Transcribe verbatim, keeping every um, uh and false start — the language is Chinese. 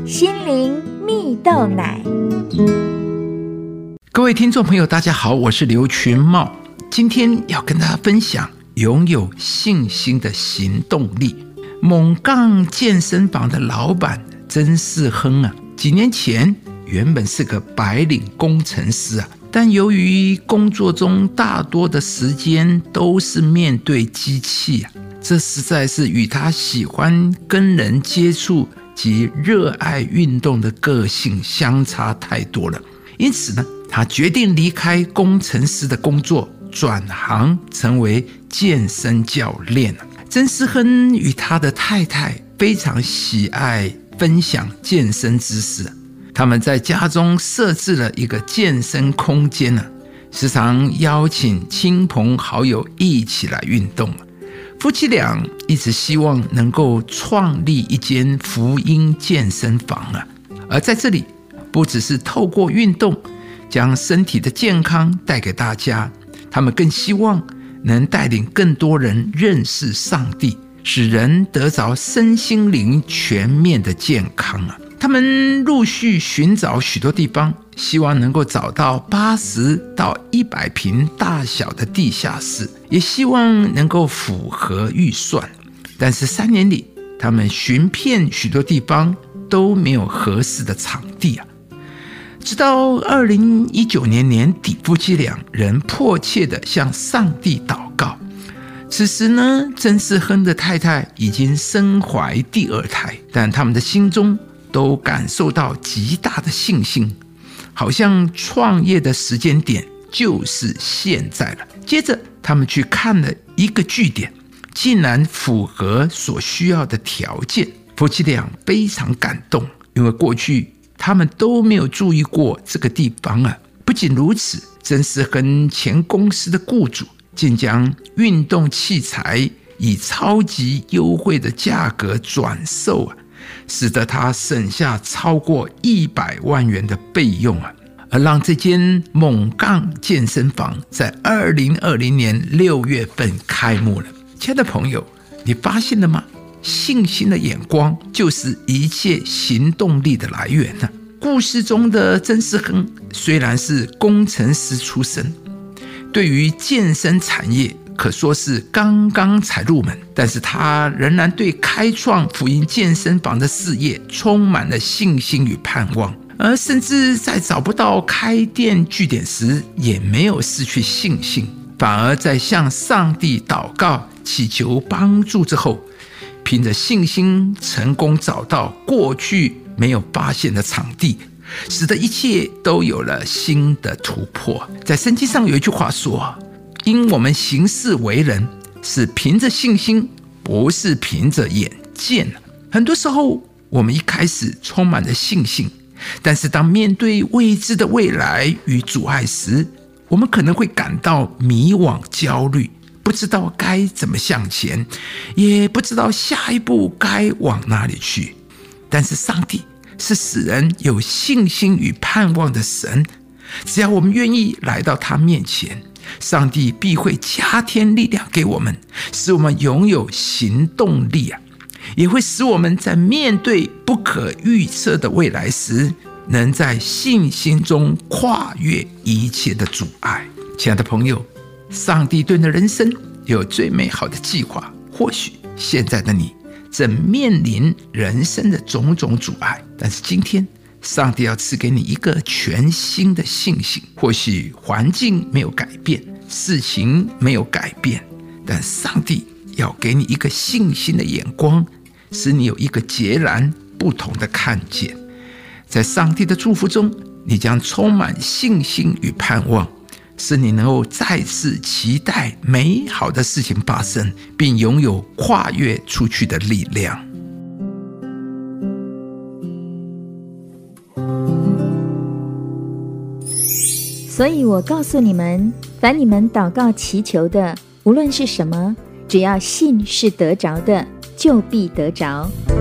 心灵蜜豆奶。 各位听众朋友大家好，我是刘群茂，今天要跟大家分享拥有信心的行动力。猛杠健身房的老板曾仕亨啊，几年前原本是个白领工程师啊，但由于工作中大多的时间都是面对机器啊，这实在是与他喜欢跟人接触及热爱运动的个性相差太多了。因此呢，他决定离开工程师的工作，转行成为健身教练。曾仕亨与他的太太非常喜爱分享健身知识，他们在家中设置了一个健身空间，时常邀请亲朋好友一起来运动。夫妻俩一直希望能够创立一间福音健身房啊，而在这里不只是透过运动将身体的健康带给大家，他们更希望能带领更多人认识上帝，使人得着身心灵全面的健康啊。他们陆续寻找许多地方，希望能够找到八十到一百平大小的地下室，也希望能够符合预算。但是三年里，他们寻遍许多地方都没有合适的场地啊。直到二零一九年年底，夫妻俩人迫切地向上帝祷告。此时呢，曾仕亨的太太已经身怀第二胎，但他们的心中都感受到极大的信心，好像创业的时间点就是现在了。接着他们去看了一个据点，竟然符合所需要的条件。夫妻俩非常感动，因为过去他们都没有注意过这个地方啊。不仅如此，曾仕亨前公司的雇主竟将运动器材以超级优惠的价格转售啊，使得他省下超过一百万元的费用啊，而让这间猛杠健身房在二零二零年六月份开幕了。亲爱的朋友，你发现了吗？信心的眼光就是一切行动力的来源啊。故事中的曾仕亨虽然是工程师出身，对于健身产业可说是刚刚才入门，但是他仍然对开创福音健身房的事业充满了信心与盼望，而甚至在找不到开店据点时也没有失去信心，反而在向上帝祷告祈求帮助之后，凭着信心成功找到过去没有发现的场地，使得一切都有了新的突破。在圣经上有一句话说，因我们行事为人是凭着信心，不是凭着眼见。很多时候我们一开始充满了信心，但是当面对未知的未来与阻碍时，我们可能会感到迷惘焦虑，不知道该怎么向前，也不知道下一步该往哪里去。但是上帝是使人有信心与盼望的神，只要我们愿意来到他面前，上帝必会加添力量给我们，使我们拥有行动力啊，也会使我们在面对不可预测的未来时，能在信心中跨越一切的阻碍。亲爱的朋友，上帝对你的人生有最美好的计划。或许现在的你正面临人生的种种阻碍，但是今天上帝要赐给你一个全新的信心。或许环境没有改变，事情没有改变，但上帝要给你一个信心的眼光，使你有一个截然不同的看见。在上帝的祝福中，你将充满信心与盼望，使你能够再次期待美好的事情发生，并拥有跨越出去的力量。 所以我告诉你们，凡你们祷告祈求的，无论是什么，只要信是得着的，就必得着。